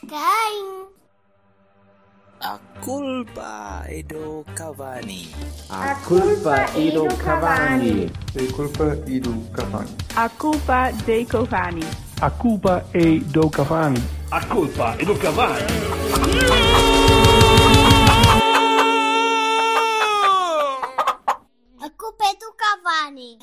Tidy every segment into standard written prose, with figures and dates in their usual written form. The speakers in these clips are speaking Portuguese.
Quem? A culpa è do Cavani. A culpa è do Cavani. A culpa è do Cavani. A culpa dei Cavani. A culpa è do Cavani. A culpa è do Cavani. A culpa é do Cavani.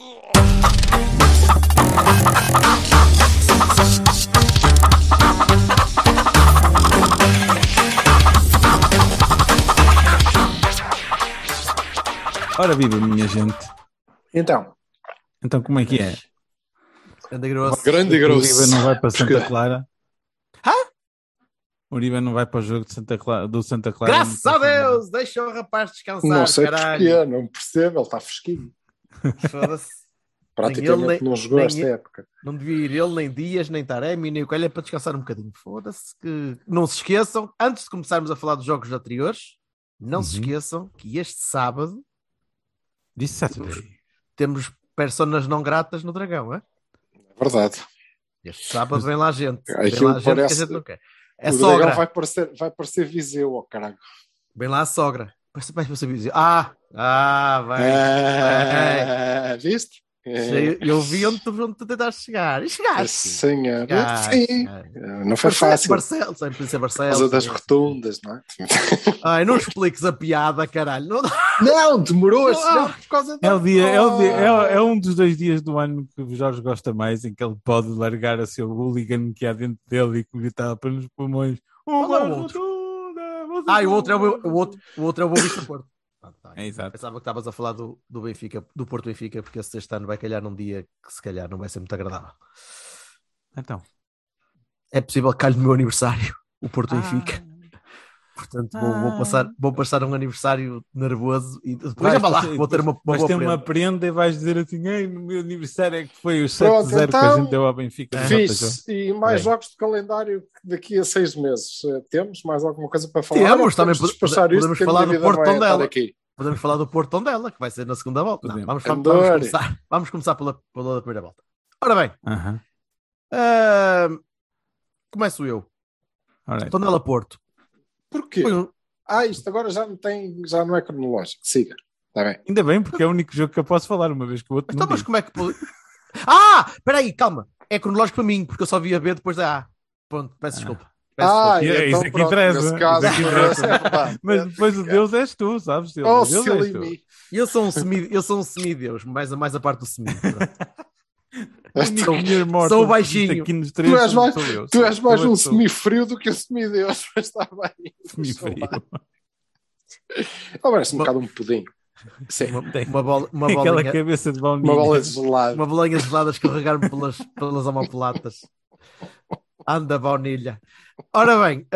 Ora viva, minha gente. Então como é que é? Grande grosso. Grande e O grosso. Uribe não vai para Santa Porque- Clara? Hã? O Uribe não vai para o jogo de do Santa Clara? Graças a Deus! Deixa o rapaz descansar, Não sei caralho. porquê, não percebo, ele está fresquinho. Foda-se. Praticamente Nem ele, não jogou nem esta ele. época. Não devia ir ele, nem Dias, nem Taremi, nem o Coelho, é para descansar um bocadinho. Foda-se que... Não se esqueçam, antes de começarmos a falar dos jogos anteriores, não se esqueçam que este sábado This Saturday. temos personas não gratas no Dragão, é? É verdade. Este sábado vem lá gente. Vem Aquilo lá gente parece- que a gente não quer. É o sogra. Dragão vai parecer Viseu, ó caralho. Vem lá a sogra. Parece mais para saber dizer. Vai. Viste? Eu vi onde tu tentaste chegar. E chegaste. Senhor. Chegaste. Sim. Não foi fácil. Barcelos, sempre ser Por Barcelos. causa das rotundas, não é? Ai, não expliques a piada, caralho. Não, Não, demorou Ah. não, por causa É, da... é um dos 2 dias do ano que o Jorge gosta mais, em que ele pode largar a seu hooligan que há dentro dele e que lhe tapa nos pulmões. Qual é o outro? E o outro é o outro é o Boa Vista Porto. É exato. Pensava que estavas a falar do Benfica, do Porto Benfica, porque este ano vai calhar num dia que se calhar não vai ser muito agradável. Então. É possível que calhe no meu aniversário, o Porto Benfica. Portanto, vou passar um aniversário nervoso e depois já vai lá, vou ter uma Vais boa ter uma prenda. prenda e vais dizer assim: Ei, no meu aniversário é que foi o Pronto, 7-0 que a então, gente deu ao Benfica. Fixe. E mais Bem. jogos de calendário que daqui a 6 meses. Temos mais alguma coisa para falar? Temos, Ou também despachar isto, podemos que a falar minha do vida Porto vai estar Tondela. aqui. Podemos falar do Porto Tondela, que vai ser na segunda volta. Não, Podemos. vamos começar pela primeira volta. Ora bem, Aham. começo eu. Alright. Tondela Porto. Porquê? Foi um- Isto agora já não é cronológico. Siga. Está bem. Ainda bem, porque é o único jogo que eu posso falar, uma vez que o outro Então, não mas diz. como é que... espera aí, calma. É cronológico para mim, porque eu só vi a B depois da A. Ponto, peço desculpa. Peço desculpa. Isso aqui interessa. Nesse caso, Isso aqui interessa. é verdade. Mas depois o Deus és tu, sabes? Deus, Oh, Deus silly és tu. me. Eu sou um semideus, mais a parte do semi. O único mulher morta sou que baixinho. existe aqui nos três Tu és mais, sou eu. tu és mais Eu um sou semifrio do que um semideus, mas está bem. semifrio. Parece um bocado um pudim. Sim. Uma Aquela bolinha, cabeça de baunilha. Uma bola de gelado. uma bolinha gelada a escorregar-me pelas omoplatas. Anda, baunilha. Ora bem,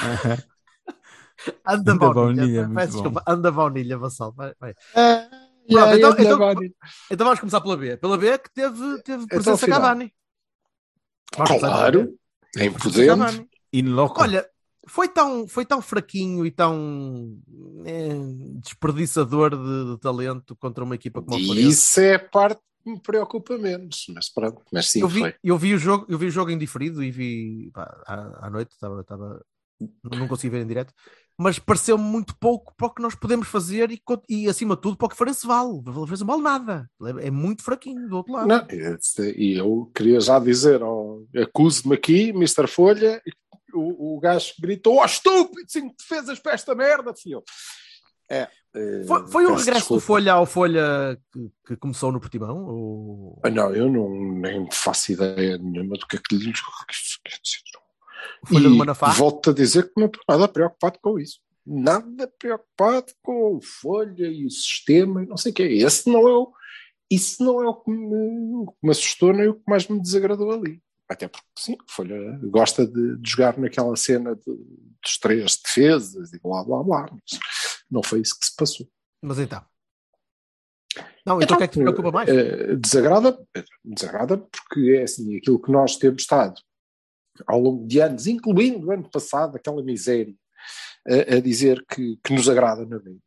anda, baunilha. muito Peço bom. desculpa, anda, baunilha, Vassal. Vai. Yeah, Então vamos começar pela B. Pela B que teve presença final. Cavani. Vamos começar pela B. Claro, é imprudente. Cavani. In loco. Olha, foi tão fraquinho e tão desperdiçador de talento contra uma equipa como a E Farense. isso é a parte que me preocupa menos. Mas pronto, mas sim, foi. Eu vi o jogo em diferido e vi à noite, não consegui ver em direto, mas pareceu-me muito pouco para o que nós podemos fazer e acima de tudo para o que Farense vale. O Farense não vale nada. É muito fraquinho do outro lado. Não, e eu queria já dizer, acuso-me aqui, Mr. Folha, o gajo gritou, estúpido, 5 defesas para esta merda, filho. Foi o peço regresso desculpa. do Folha ao Folha que começou no Portimão? Ou... Não, eu nem faço ideia nenhuma do que é que lhe quer dizer. O Folha do Manafá? Volto a dizer que não estou nada preocupado com isso. Nada preocupado com o Folha e o sistema, e não sei o que é. Isso não é o que me assustou nem o que mais me desagradou ali. Até porque, sim, o Folha gosta de jogar naquela cena dos 3 defesas e blá blá blá, mas não foi isso que se passou. Mas então. Não, então o que é que te preocupa mais? Desagrada porque é assim, aquilo que nós temos estado ao longo de anos, incluindo o ano passado, aquela miséria, a dizer que nos agrada na vida.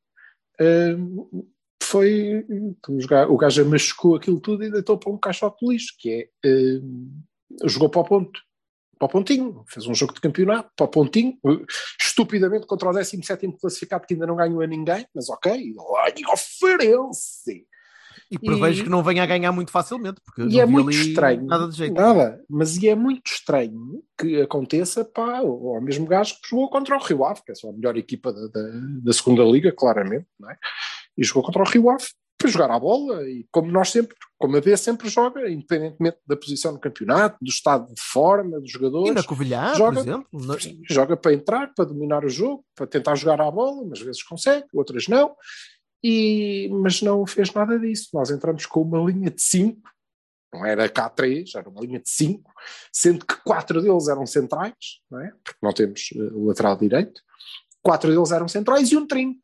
Foi o gajo machucou aquilo tudo e deitou para um caixote de lixo, que é jogou para o para o pontinho, fez um jogo de campeonato para o pontinho, estupidamente contra o 17º classificado que ainda não ganhou a ninguém, mas ok, oferece. E prevejo que não venha a ganhar muito facilmente, porque E não é vi muito ali estranho, nada de jeito. mas é muito estranho que aconteça ao mesmo gajo que jogou contra o Rio Ave, que é só a melhor equipa da segunda liga, claramente, não é? E jogou contra o Rio Ave para jogar à bola, e como a B sempre joga, independentemente da posição no campeonato, do estado de forma dos jogadores. E na Covilhã, joga, por exemplo? Joga para entrar, para dominar o jogo, para tentar jogar à bola, umas vezes consegue, outras não. Mas não fez nada disso. Nós entramos com uma linha de 5, não era K3, era uma linha de 5, sendo que 4 deles eram centrais, não é? Porque não temos o lateral direito. 4 deles eram centrais e um trinco.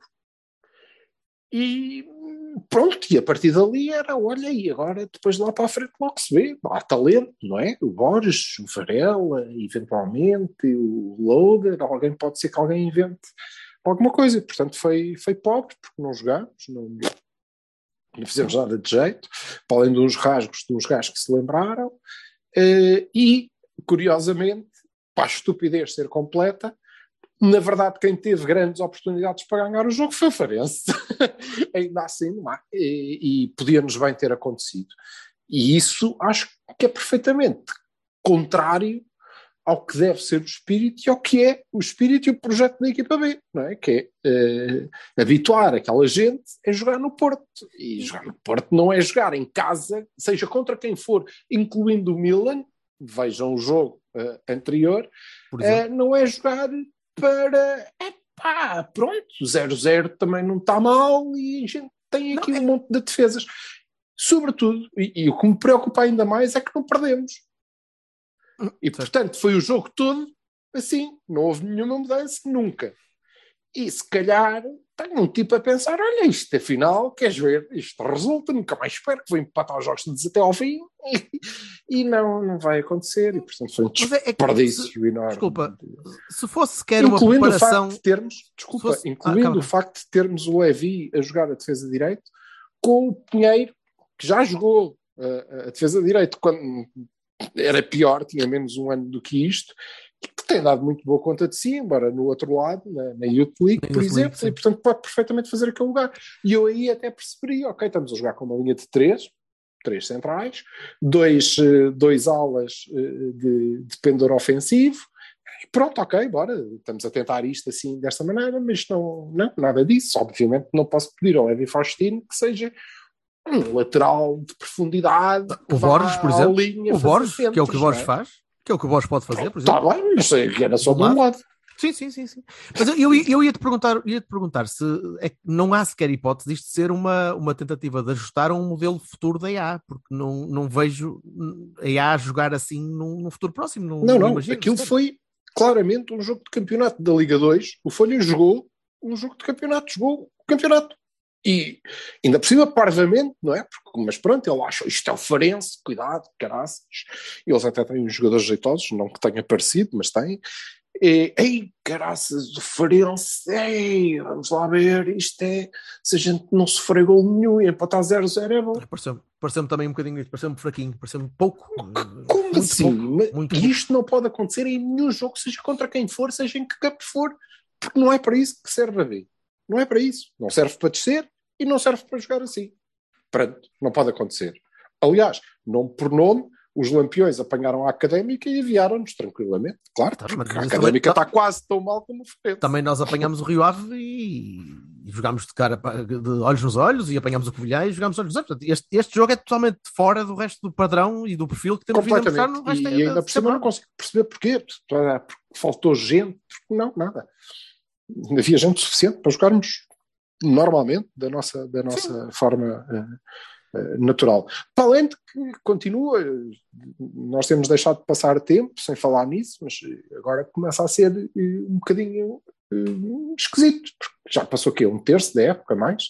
E pronto, e a partir dali era, olha, e agora depois de lá para a frente logo se vê, há talento, não é? O Borges, o Varela, eventualmente, o Loader, pode ser que alguém invente alguma coisa, portanto foi pobre, porque não jogámos, não fizemos nada de jeito, para além de uns rasgos de uns gajos que se lembraram, e, curiosamente, para a estupidez ser completa, na verdade quem teve grandes oportunidades para ganhar o jogo foi o Farense, ainda assim, e podia-nos bem ter acontecido. E isso acho que é perfeitamente contrário ao que deve ser o espírito e ao que é o espírito e o projeto da equipa B, não é? Que é habituar aquela gente a jogar no Porto. E jogar no Porto não é jogar em casa, seja contra quem for, incluindo o Milan, vejam o jogo anterior, não é jogar para... pronto, 0-0 também não está mal e a gente tem aqui um monte de defesas. Sobretudo, e o que me preocupa ainda mais é que não perdemos. E portanto foi o jogo todo assim, não houve nenhuma mudança nunca. E se calhar tem um tipo a pensar, olha, isto afinal, queres ver, isto resulta, nunca mais espero que vou empatar os jogos todos até ao fim, e não vai acontecer, e portanto foi um desperdício enorme. Desculpa, se fosse sequer uma preparação... Incluindo o facto de termos o Levi a jogar a defesa de direito, com o Pinheiro, que já jogou a defesa de direito quando era pior, tinha menos um ano do que isto, que tem dado muito boa conta de si, embora no outro lado, na Youth League, por exemplo, e portanto pode perfeitamente fazer aquele lugar. E eu aí até perceberia, ok, estamos a jogar com uma linha de 3 centrais, dois alas de pendor ofensivo, e pronto, ok, bora, estamos a tentar isto assim, desta maneira, mas não, nada disso. Obviamente não posso pedir ao Levi Faustino que seja um lateral de profundidade. O Borges, por exemplo, o Borges, que é o que o Borges faz, que é o que o Borges pode fazer, por exemplo. Está bem, mas era só de um lado. Sim. Mas eu ia-te perguntar se não há sequer hipótese disto ser uma tentativa de ajustar a um modelo futuro da EA, porque não vejo a EA jogar assim num futuro próximo. Não imagino. Aquilo foi claramente um jogo de campeonato da Liga 2. O Folha jogou um jogo de campeonato, jogou o campeonato. E ainda por cima, parvamente, não é? Mas pronto, ele acha, isto é o Farense, cuidado, caraças. Eles até têm uns jogadores jeitosos, não que tenha parecido, mas têm. Ei, caraças, o Farense, vamos lá ver, isto é, se a gente não sofrer gol nenhum e empatar 0-0 é bom. Pareceu-me também um bocadinho isso, pareceu-me fraquinho, pareceu-me pouco. Como muito assim? Pouco, e isto não pode acontecer em nenhum jogo, seja contra quem for, seja em que campo for, porque não é para isso que serve a ver. Não é para isso. Não serve para descer e não serve para jogar assim. Pronto, não pode acontecer. Aliás, nome por nome, os Lampiões apanharam a Académica e enviaram-nos tranquilamente. Claro, porque a Académica está quase tão mal como o Farense. Também nós apanhámos o Rio Ave e jogámos de cara, de olhos nos olhos, e apanhámos o Covilhã e jogámos olhos nos olhos. Portanto, este jogo é totalmente fora do resto do padrão e do perfil que temos vindo a mostrar no resto. E ainda por cima não consigo perceber porquê. Porque faltou gente. Não, nada. Havia gente suficiente para jogarmos normalmente da nossa forma natural. Para além de que continua, nós temos deixado de passar tempo sem falar nisso, mas agora começa a ser um bocadinho esquisito, porque já passou o quê? Um terço da época, mais?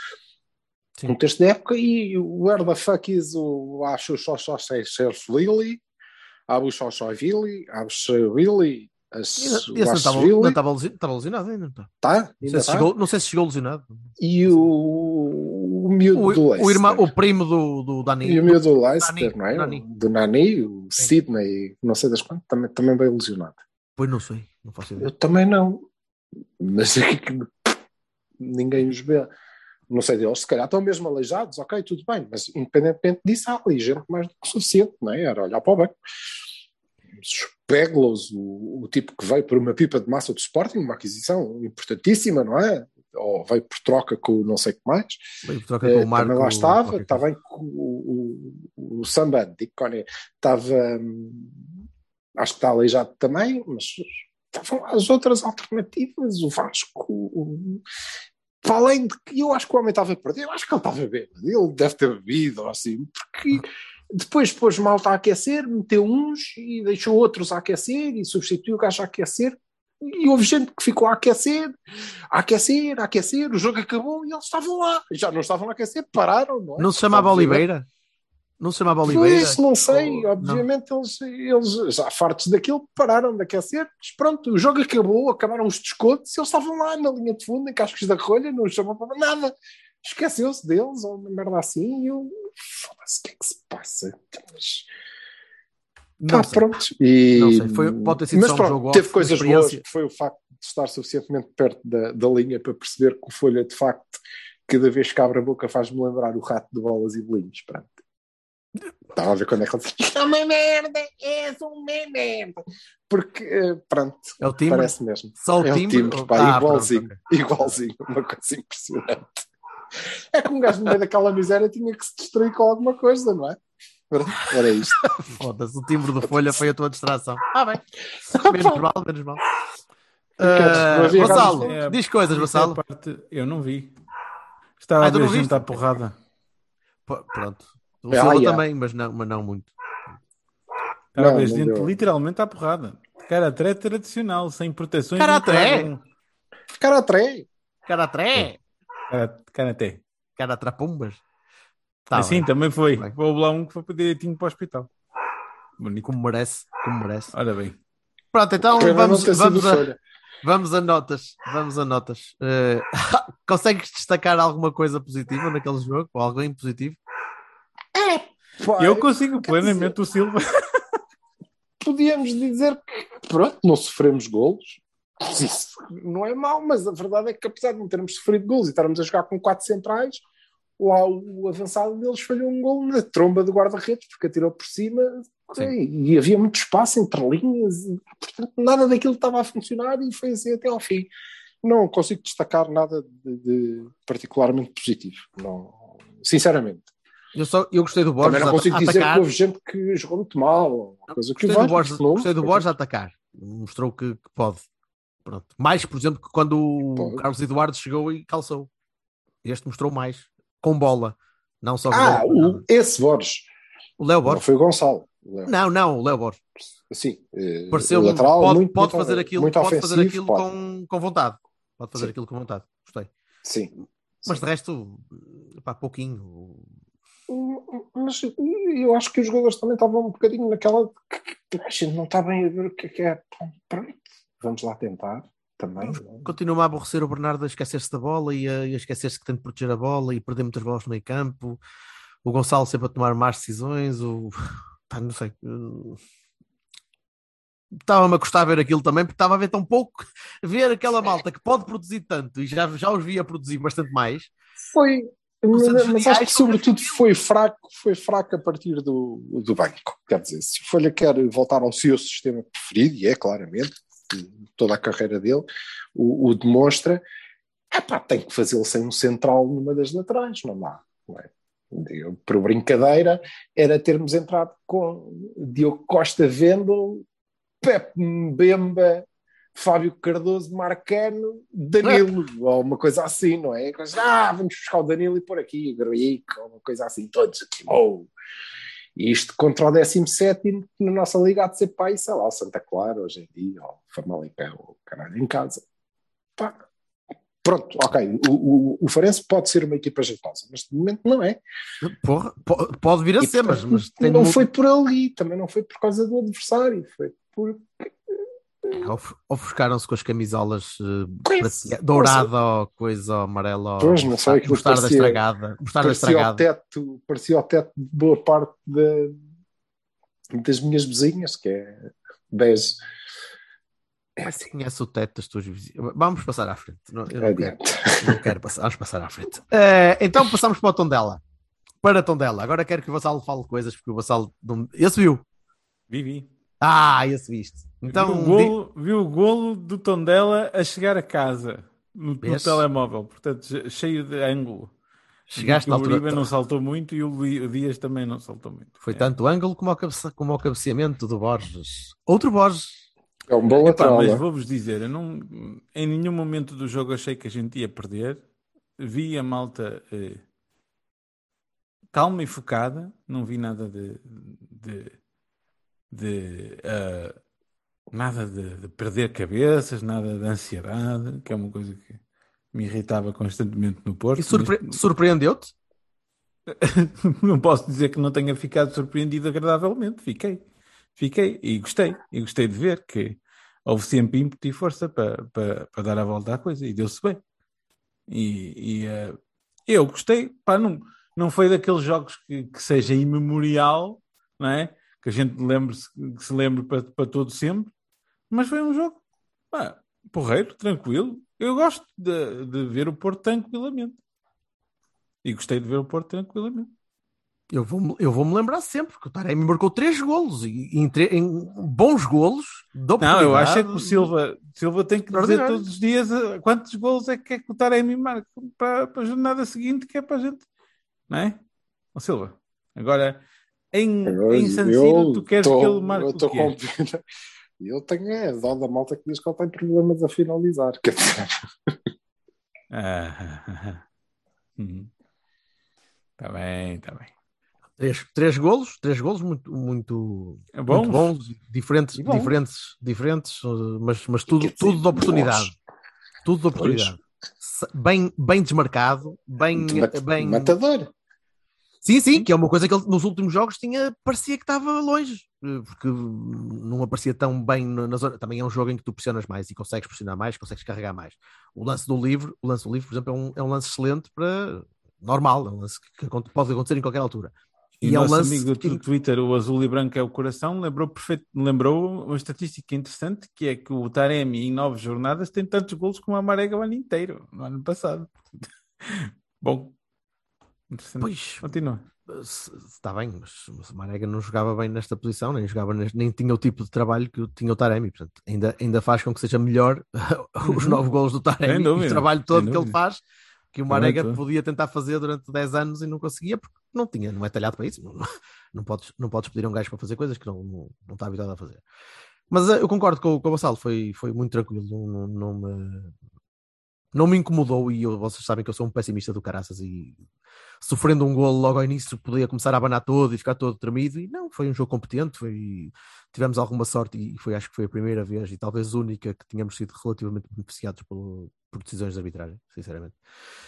Sim. Um terço da época, e where the fuck is o Abu Shoshai Lili, Abu Shoshai Vili, Abu Shoshai Vili, Esse o não Ashvili, estava lesionado ainda, não está? tá, Não sei se chegou, não sei se chegou lesionado. e o miúdo do Leicester. O irmão, o primo do Dani. E o miúdo do Leicester, não é? Nani. Do Nani, o Sidney, não sei das quantas, também veio lesionado. Pois não sei, não faço ideia. Eu também não. Mas é que ninguém os vê. Não sei deles, se calhar estão mesmo aleijados, ok, tudo bem, mas independentemente disso, há ali gente mais do que suficiente, não é? Era olhar para o banco. Os Peglos, o tipo que veio por uma pipa de massa do Sporting, uma aquisição importantíssima, não é? Ou veio por troca com o não sei o que mais. Veio por troca com o Marco. Também lá está bem com o Samba, Dicone, estava, acho que está aleijado também, mas estavam lá as outras alternativas, o Vasco, para além de que eu acho que o homem estava a perder, eu acho que ele estava bêbado, ele deve ter bebido ou assim, porque depois pôs malta a aquecer, meteu uns e deixou outros a aquecer e substituiu o gajo a aquecer, e houve gente que ficou a aquecer, o jogo acabou e eles estavam lá, já não estavam a aquecer, pararam, não é? Não se chamava Oliveira? Não se chamava Oliveira? Isso não sei, obviamente eles já fartos daquilo pararam de aquecer, mas pronto, o jogo acabou, acabaram os descontos e eles estavam lá na linha de fundo, em cascos da rolha, não chamam para nada, esqueceu-se deles ou uma merda assim e eu, foda-se, o que é que se passa? Mas, pronto. E, não sei, pode ter sido mas só pronto, um jogo teve coisas boas, que foi o facto de estar suficientemente perto da linha para perceber que o Folha, de facto, cada vez que abre a boca faz-me lembrar o rato de bolas e bolinhos, pronto. Estava a ver quando é que ele disse: é uma merda, és uma merda. Porque, pronto, é o timbre? Parece mesmo. Só o timbre? Pá, igualzinho, igualzinho, uma coisa impressionante. É que um gajo no meio daquela miséria tinha que se distrair com alguma coisa, não é? Era isto. Foda-se, o timbre do Folha foi a tua distração. Bem. Menos mal. Vassalo, diz coisas, Vassalo. Eu não vi. Estava a ver gente à porrada. Pronto. O Silva também, mas não muito. Estava a ver gente literalmente à porrada. Karaté tradicional, sem proteções. Karaté? Caratrapumbas? Tá, assim bem. Também foi. Vou lá um que foi para direitinho para o hospital. Bonito. Como merece. Ora bem. Pronto, então vamos a notas. Consegues destacar alguma coisa positiva naquele jogo? Ou algo positivo? Eu consigo plenamente o Silva. Podíamos dizer que, pronto, não sofremos golos. Isso não é mau, mas a verdade é que apesar de não termos sofrido golos e estarmos a jogar com 4 centrais, lá o avançado deles falhou um golo na tromba do guarda-redes, porque atirou por cima e havia muito espaço entre linhas, e, portanto nada daquilo estava a funcionar e foi assim até ao fim. Não consigo destacar nada de particularmente positivo, não, sinceramente. Eu gostei do Borges. Também não consigo dizer que houve gente que jogou muito mal. Gostei do Borges a atacar. Mostrou que pode. Pronto. Mais, por exemplo, que quando o Carlos Eduardo chegou e calçou. Este mostrou mais. Com bola. Não só com esse Borges. O Léo Borges. Não foi o Gonçalo. Não, o Léo Borges. Sim. Pareceu lateral, pode fazer aquilo com vontade. Pode fazer aquilo com vontade. Gostei. Sim. Mas de resto, pouquinho. Mas eu acho que os jogadores também estavam um bocadinho naquela que a gente não está bem a ver o que é. Pronto, vamos lá tentar também. Continua a aborrecer o Bernardo a esquecer-se da bola e a esquecer-se que tem de proteger a bola e perder muitas bolas no meio campo. O Gonçalo sempre a tomar más decisões. Não sei. Estava-me a gostar ver aquilo também, porque estava a ver tão pouco. Ver aquela malta que pode produzir tanto e já os via produzir bastante mais. Foi. Mas acho que sobretudo foi fraco a partir do banco. Quer dizer, se o Folha quer voltar ao seu sistema preferido, e é claramente, toda a carreira dele o demonstra, tem que fazê-lo sem um central numa das laterais, não dá. Não é? Por brincadeira, era termos entrado com Diogo Costa, Vendel, Pepe Mbemba, Fábio Cardoso, Marcano, Danilo, ou uma coisa assim, não é? Vamos buscar o Danilo e pôr aqui, Garrico, ou uma coisa assim, todos aqui, E isto contra o 17º, na nossa liga há de ser sei lá, Santa Clara, hoje em dia, ou Famalicão, ou caralho, em casa. Pronto, ok, o Farense pode ser uma equipa jeitosa, mas de momento não é. Porra, pode vir a ser, mas não foi por ali, também não foi por causa do adversário, foi porque Ofuscaram-se com as camisolas Coisa. dourada ou coisa amarela Pois, não sei, aquilo mostarda parecia- estragada. Mostarda estragada. Parecia o teto de boa parte das minhas vizinhas, que é 10 Mas se conhece o teto das tuas vizinhas. Vamos passar à frente. Eu não quero, adiante. não quero passar. Vamos passar à frente. Então passamos para o Tondela. Para Tondela. Agora quero que o Vassalo fale coisas, porque o Vassalo. Esse viu. Vi. Esse viste. Então, Vi o golo do Tondela a chegar a casa no Vês? telemóvel, portanto, cheio de ângulo. chegaste Vi na que o altura. Uribe não saltou muito e o Dias também não saltou muito. Foi tanto o ângulo como o cabeceamento do Borges. Outro Borges. É um bom Epá, lateral. mas é? vou-vos dizer, eu não, em nenhum momento do jogo achei que a gente ia perder. Vi a malta calma e focada, não vi nada nada de perder cabeças, nada de ansiedade, que é uma coisa que me irritava constantemente no Porto. E surpreendeu-te? Não posso dizer que não tenha ficado surpreendido agradavelmente. Fiquei e gostei de ver que houve sempre ímpeto e força para dar a volta à coisa e deu-se bem. Eu gostei, pá, não foi daqueles jogos que seja imemorial, não é? Que a gente que se lembre para todo sempre, mas foi um jogo, pá, porreiro, tranquilo. Eu gosto de ver o Porto tranquilamente. E gostei de ver o Porto tranquilamente. Eu vou-me lembrar sempre que o Taremi marcou 3 golos em bons golos. Não, eu acho é que o Silva tem que dizer Extraordinário. todos os dias quantos golos é que o Taremi marca para a jornada seguinte, que é para a gente, não é? Ó Silva, agora em San Siro tu queres que ele marque o quê? Eu tenho dó da malta que diz que ele tem problemas a finalizar. Quer dizer, Está bem. Três golos muito Bons. muito bons, diferentes, E bons. diferentes, mas tudo, Quer dizer, tudo de oportunidade. bons. Tudo de oportunidade. Bem desmarcado, bem. Matador. Sim, que é uma coisa que ele nos últimos jogos parecia que estava longe, porque não aparecia tão bem na zona. Também é um jogo em que tu pressionas mais e consegues pressionar mais, consegues carregar mais. O lance do livre, por exemplo, é um lance excelente para normal, é um lance que pode acontecer em qualquer altura. E é o um nosso lance amigo do Twitter, o Azul e Branco é o Coração, lembrou uma estatística interessante, que é que o Taremi em 9 jornadas tem tantos golos como a Marega o ano inteiro, no ano passado. Bom, interessante. Pois, Continua. está bem, mas o Marega não jogava bem nesta posição, nem tinha o tipo de trabalho que tinha o Taremi, portanto, ainda faz com que seja melhor os 9 golos do Taremi e o trabalho todo que ele faz, que o Marega podia tentar fazer durante 10 anos e não conseguia, porque não é talhado para isso. Não podes pedir a um gajo para fazer coisas que não está habituado a fazer. Mas eu concordo com o Vassalo, foi muito tranquilo, não me incomodou, e vocês sabem que eu sou um pessimista do caraças, e sofrendo um golo logo ao início podia começar a abanar todo e ficar todo tremido, e não, foi um jogo competente, tivemos alguma sorte e acho que foi a primeira vez e talvez única que tínhamos sido relativamente beneficiados por decisões de arbitragem, sinceramente.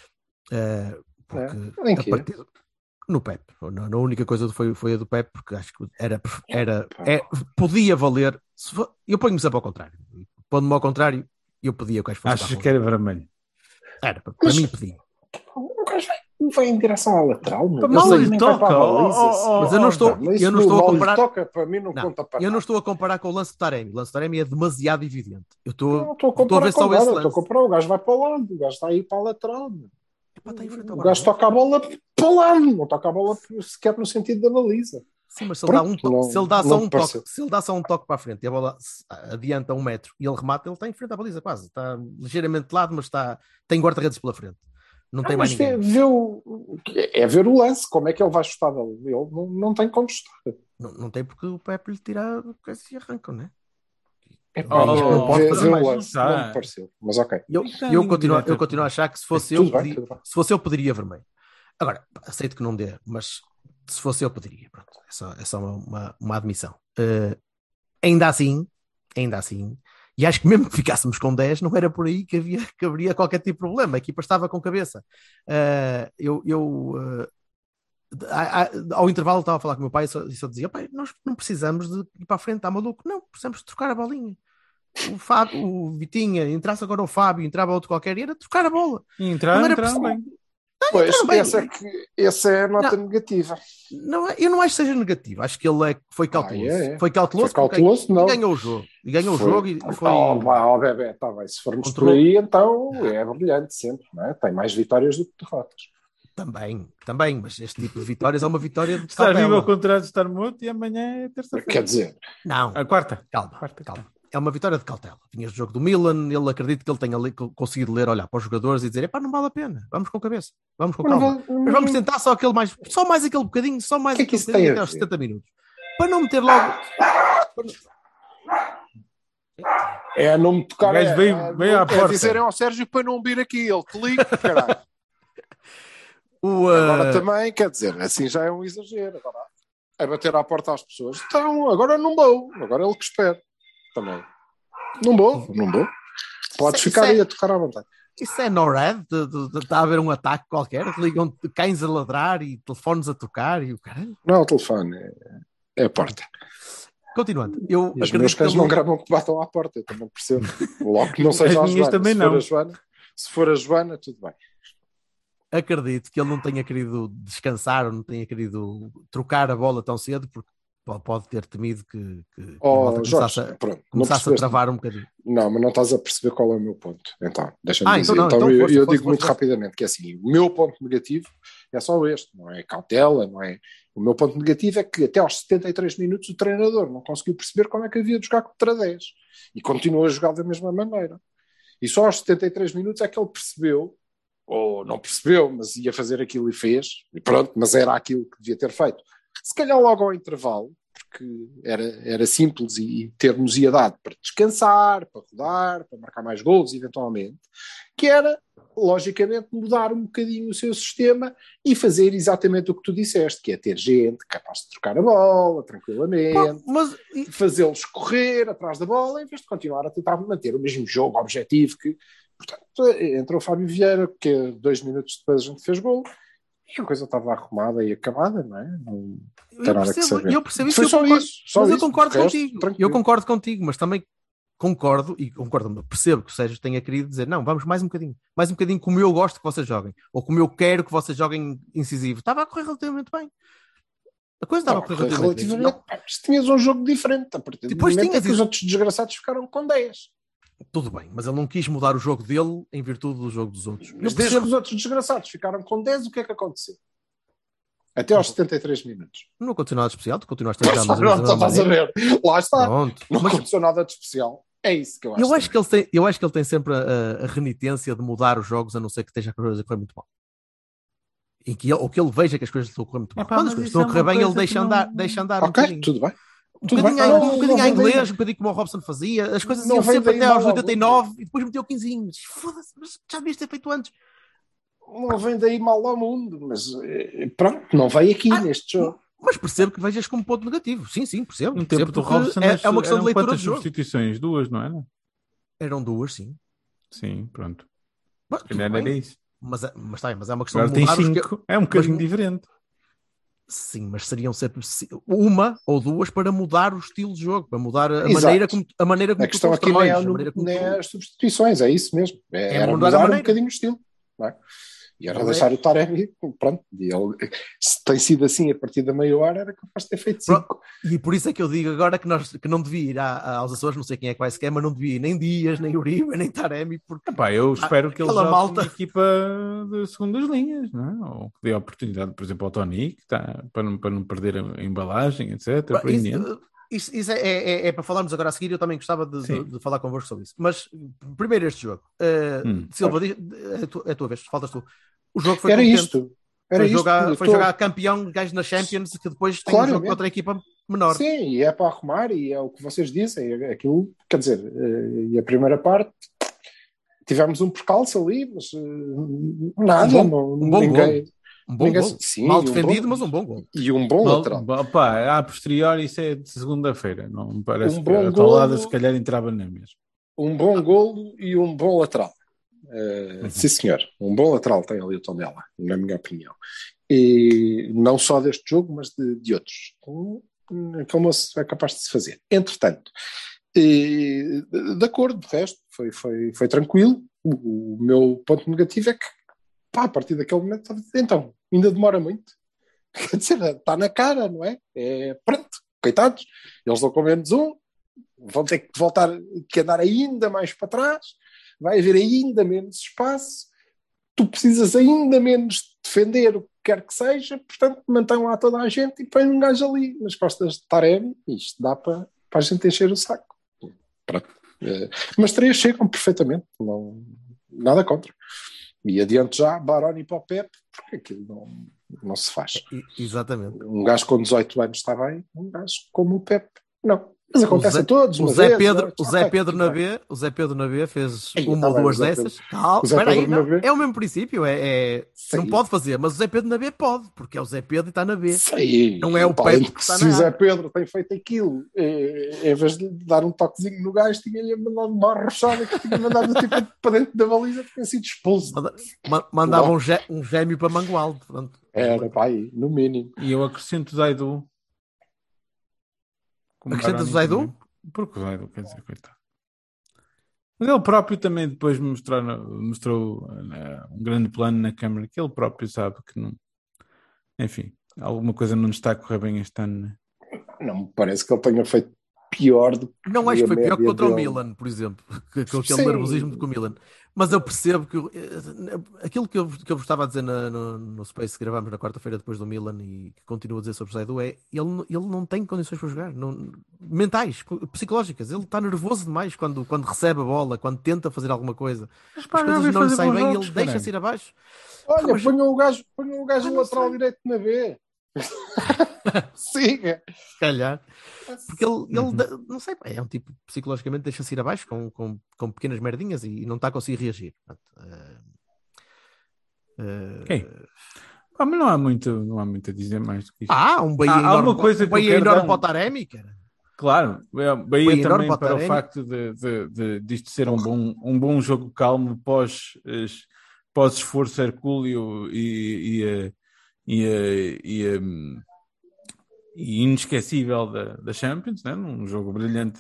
Porque no Pep, a única coisa foi a do Pep, porque acho que podia valer. Eu ponho-me sempre ao contrário, pondo-me ao contrário, eu pedia que o gajo fosse. Acho que era vermelho. Era, para mim pedia. O gajo vai em direção à lateral, não? Mal lhe toca, mas eu não estou a comparar. Toca, para mim não conta para eu não estou a comparar com o lance do Taremi. O lance do Taremi é demasiado evidente. Eu não estou a ver só esse lance. Estou a comparar, o gajo vai para o lado, o gajo está aí para a lateral. O gajo toca toca a bola para o lado, não toca a bola sequer no sentido da baliza. Sim, mas se ele dá só um toque para a frente e a bola adianta 1 metro e ele remata, ele está em frente à baliza quase. Está ligeiramente de lado, mas tem guarda-redes pela frente. Não tem mais ninguém. Ver o lance, como é que ele vai chutar dele? Ele não tem como chutar. Não tem, porque o Pepe lhe tira o que se arrancam, não é? Não pode fazer o lance, não me pareceu, mas ok. Eu continuo a achar que se fosse eu pediria vermelho. Agora, aceito que não dê, mas se fosse eu pediria. Pronto, é só uma admissão. Ainda assim, e acho que mesmo que ficássemos com 10, não era por aí que haveria qualquer tipo de problema. A equipa estava com cabeça. Ao intervalo estava a falar com o meu pai e só dizia: pai, nós não precisamos de ir para a frente, está maluco? Não, precisamos de trocar a bolinha. o Vitinha, entrasse agora o Fábio, entrava outro qualquer, e era trocar a bola. E entraram bem. Pois, também. essa é a nota negativa. Não, eu não acho que seja negativo. Acho que ele foi cauteloso. É. Foi cauteloso, Foi cauteloso, não. E ganhou o jogo. E ganhou o jogo e foi... Bebé, tá bem. Se formos por aí, então é brilhante sempre, não é? Tem mais vitórias do que derrotas. Também, mas este tipo de vitórias é uma vitória de estar vivo ao contrário de estar morto e amanhã é terça-feira. Quer dizer... Não. A quarta. Calma. É uma vitória de cautela. Vinhas do jogo do Milan, ele acredita que ele tenha conseguido olhar para os jogadores e dizer, não vale a pena, vamos com cabeça, vamos com calma. Mas vamos tentar só mais aquele bocadinho, só mais aquele bocadinho até aos 70 minutos. Para não meter logo... É não me tocar... Veio à porta. Dizerem ao Sérgio para não vir aqui, ele te liga, caralho. Agora também, quer dizer, assim já é um exagero. Agora é bater à porta às pessoas. Então, agora não vou. Agora ele que espera. Também. Não vou. Podes ficar aí a tocar à vontade. Isso é NORAD? Está a haver um ataque qualquer? Ligam cães a ladrar e telefones a tocar e o caralho? Não, o telefone é a porta. Continuando. Os meus cães não gravam que batam à porta, eu também percebo. Logo que não seja a Joana. Também não. Se for a Joana, tudo bem. Acredito que ele não tenha querido descansar ou não tenha querido trocar a bola tão cedo, porque pode ter temido que começasse a travar um bocadinho. Não, mas não estás a perceber qual é o meu ponto. Então, deixa-me dizer. Eu digo muito rapidamente que é assim, o meu ponto negativo é só este, não é cautela, não é... O meu ponto negativo é que até aos 73 minutos o treinador não conseguiu perceber como é que havia de jogar contra 10 e continua a jogar da mesma maneira. E só aos 73 minutos é que ele percebeu, ou não percebeu, mas ia fazer aquilo e fez, e pronto, mas era aquilo que devia ter feito. Se calhar logo ao intervalo, porque era simples e ter-nos ia dado para descansar, para rodar, para marcar mais golos eventualmente, que era, logicamente, mudar um bocadinho o seu sistema e fazer exatamente o que tu disseste, que é ter gente capaz de trocar a bola tranquilamente, fazê-los correr atrás da bola, em vez de continuar a tentar manter o mesmo jogo, objetivo que... Portanto, entrou o Fábio Vieira, que 2 minutos depois a gente fez gol, e a coisa estava arrumada e acabada, não é? Não tem nada que saber. Eu percebo isso, eu concordo contigo. Eu concordo contigo, mas também percebo que o Sérgio tenha querido dizer, não, vamos mais um bocadinho como eu gosto que vocês joguem, ou como eu quero que vocês joguem incisivo. Estava a correr relativamente bem. A coisa estava a correr relativamente bem. Tinhas um jogo diferente, a partir do momento que os outros desgraçados ficaram com 10. Tudo bem, mas ele não quis mudar o jogo dele em virtude do jogo dos outros. Mas desde que os outros desgraçados ficaram com 10, o que é que aconteceu? Até aos 73 minutos. Não aconteceu nada de especial, tu continuaste a jogar. Não estás a ver. Lá está. Pronto. Não aconteceu nada de especial. É isso que eu acho. Eu acho que ele tem sempre a renitência de mudar os jogos, a não ser que esteja a correr muito mal. Ou que ele veja que as coisas estão a correr muito mal. Quando as coisas estão a correr bem, ele deixa andar um bocadinho. Tudo bem. Um bocadinho a inglês, um bocadinho como o Robson fazia, as coisas iam sempre até aos 89 e depois meteu 15. Foda-se, mas já devias ter feito antes. Não vem daí mal ao mundo, mas pronto, não veio aqui neste jogo. Mas percebo que vejas como ponto negativo. Sim, percebo. No tempo do Robson é uma questão de leitura do jogo. Substituições? 2, não era? Eram 2, sim. Sim, pronto. Mas era isso. Mas é uma questão agora de mudar. Tem 5. É um bocadinho diferente. Sim, mas seriam sempre uma ou duas para mudar o estilo de jogo, para mudar a maneira como a questão aqui não é as substituições, é isso mesmo. Era mudar um bocadinho o estilo. Não é? E era deixar o Taremi, pronto. E ele, se tem sido assim a partir da meia hora, era capaz de ter feito 5. E por isso é que eu digo agora que não devia ir aos Açores, não sei quem é que vai sequer, mas não devia ir nem Dias, nem Uribe, nem Taremi, porque eu espero que eles joguem uma equipa de segundas linhas, não é? Ou que dê a oportunidade, por exemplo, ao Tony, que está, para não perder a embalagem, etc. Isso é para falarmos agora a seguir. Eu também gostava de falar convosco sobre isso. Mas primeiro este jogo. Silva, é a tua vez, faltas tu. O jogo foi foi jogar campeão, gajo na Champions, que depois tem um jogo contra a equipa menor. Sim, e é para arrumar, e é o que vocês dizem. Aquilo, quer dizer, e a primeira parte tivemos um percalço ali, mas nada, ninguém. Um bom gol. Sim, mal defendido, mas um bom gol. E um bom lateral. A posteriori isso é de segunda-feira. Não me parece que a talada se calhar entrava na mesma. Um bom golo e um bom lateral. Sim, senhor. Um bom lateral tem ali o Tondela, na minha opinião. E não só deste jogo, mas de outros. Aquele moço é capaz de se fazer. Entretanto, E, de acordo, de resto, foi tranquilo. O meu ponto negativo é que, pá, a partir daquele momento, então, ainda demora muito. Quer dizer, está na cara, não é? Pronto, coitados, eles estão com menos um, vão ter que voltar, que andar ainda mais para trás, vai haver ainda menos espaço, tu precisas ainda menos defender o que quer que seja, portanto, mantém lá toda a gente e põe um gajo ali nas costas de Taremi, e isto dá para a gente encher o saco. Pronto. Mas 3 chegam perfeitamente, não, nada contra. E adiante já, Baroni para o Pep, porque aquilo não se faz. Exatamente. Um gajo com 18 anos está bem, um gajo como o Pep, não. Mas acontece a todos. O Zé Pedro na B fez uma ou duas dessas. Espera aí, é o mesmo princípio. Não pode fazer, mas o Zé Pedro na B pode, porque é o Zé Pedro e está na B. Sei. Não é o Pedro que está na A. Se o Zé Pedro tem feito aquilo, em vez de dar um toquezinho no gajo, tinha-lhe mandado uma arrochada que tinha mandado tipo para dentro da baliza, tinha sido expulso. Mandava um gêmeo para Mangualde. Era, pai, no mínimo. E eu acrescento o Zaidu. Acrescentas o Zaidu? Porque o Zaidu, quer dizer, coitado. Mas ele próprio também depois mostrou um grande plano na Câmara, que ele próprio sabe que não... Enfim, alguma coisa não está a correr bem este ano, né? Não me parece que ele tenha feito pior do que... Não acho que foi pior que contra o Milan, por exemplo, com aquele nervosismo do Milan. Mas eu percebo que aquilo que eu vos estava a dizer no Space que gravámos na quarta-feira depois do Milan e que continuo a dizer sobre o Zaidu ele não tem condições para jogar, mentais, psicológicas. Ele está nervoso demais quando recebe a bola, quando tenta fazer alguma coisa. As coisas não lhe saem bem e ele deixa-se ir abaixo. Olha, ponham o gajo no lateral direito na B. Siga. Se calhar. Porque ele não sei, é um tipo psicologicamente deixa-se ir abaixo com pequenas merdinhas e não está a conseguir reagir. Mas não há muito a dizer mais do que isto. Um Bahia enorme, coisa enorme para o Taremi, cara. Claro, Bahia também para o facto de isto ser um bom jogo calmo pós esforço hercúleo e inesquecível da Champions, né? Num jogo brilhante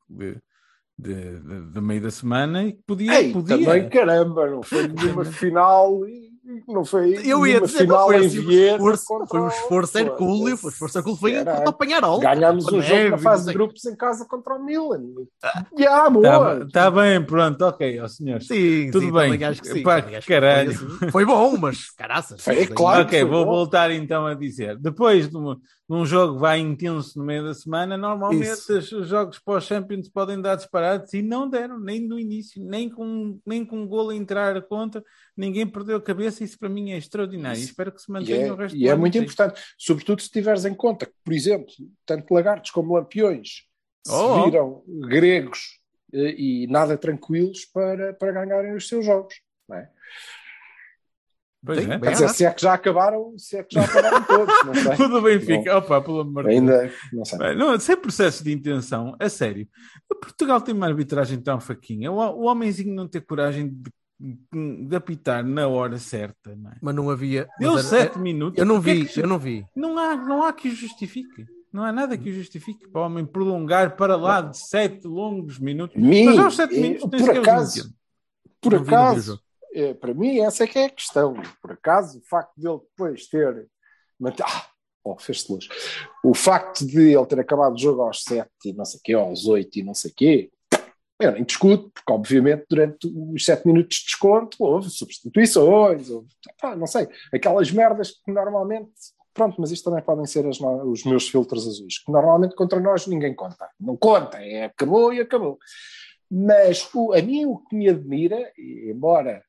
de meio da semana e que podia. Também, caramba, não foi nenhuma final, não foi eu ia dizer, final foi em assim, Viena. Foi um esforço hercúleo, foi para apanhar algo. Ganhámos um jogo na fase de grupos em casa contra o Milan. Está bem, pronto, ok, senhores. Sim, tudo bem. Acho que sim. Pá, caralho. Foi bom, mas caraças. É claro. Ok, vou voltar então a dizer. Depois de um jogo vai intenso no meio da semana, normalmente os jogos pós-Champions podem dar disparados e não deram, nem no início, nem com um golo a entrar a conta, ninguém perdeu a cabeça. Isso para mim é extraordinário. Espero que se mantenha o resto do ano. E é muito importante, sobretudo se tiveres em conta que, por exemplo, tanto lagartos como lampiões se viram gregos e nada tranquilos para ganharem os seus jogos, não é? Pois é. Quer dizer, se é que já acabaram todos, não sei. Tudo Benfica, pelo amor de Deus. Ainda, não sei. Não, sem processo de intenção, a sério. Portugal tem uma arbitragem tão fraquinha. O homenzinho não ter coragem de apitar na hora certa, não é? Mas não havia... Deu 7 minutos. Eu não vi. Não há que o justifique. Não há nada que o justifique para o homem prolongar para lá de 7 longos minutos. Mas aos 7 minutos por acaso, para mim essa é que é a questão. Por acaso, o facto de ele depois ter... fez-se luz. O facto de ele ter acabado o jogo aos 7 e não sei o quê, aos 8 e não sei o quê, eu nem discuto, porque obviamente durante os 7 minutos de desconto houve substituições, não sei, aquelas merdas que normalmente, pronto, mas isto também podem ser os meus filtros azuis, que normalmente contra nós ninguém conta. Não conta, acabou e acabou. Mas a mim o que me admira, embora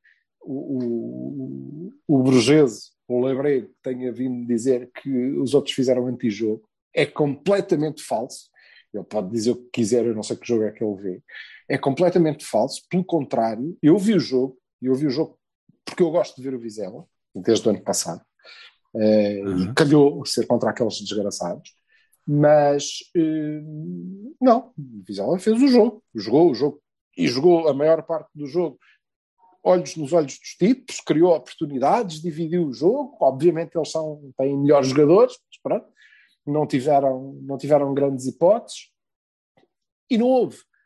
o Borghese, o Lebrego, tenha vindo dizer que os outros fizeram antijogo, é completamente falso. Ele pode dizer o que quiser, eu não sei que jogo é que ele vê. É completamente falso. Pelo contrário, eu vi o jogo porque eu gosto de ver o Vizela, desde o ano passado. E calhou ser contra aqueles desgraçados. Mas, não, o Vizela fez o jogo. Jogou o jogo. E jogou a maior parte do jogo olhos nos olhos dos tipos, criou oportunidades, dividiu o jogo. Obviamente eles têm melhores jogadores, mas pronto. Não tiveram grandes hipóteses e não houve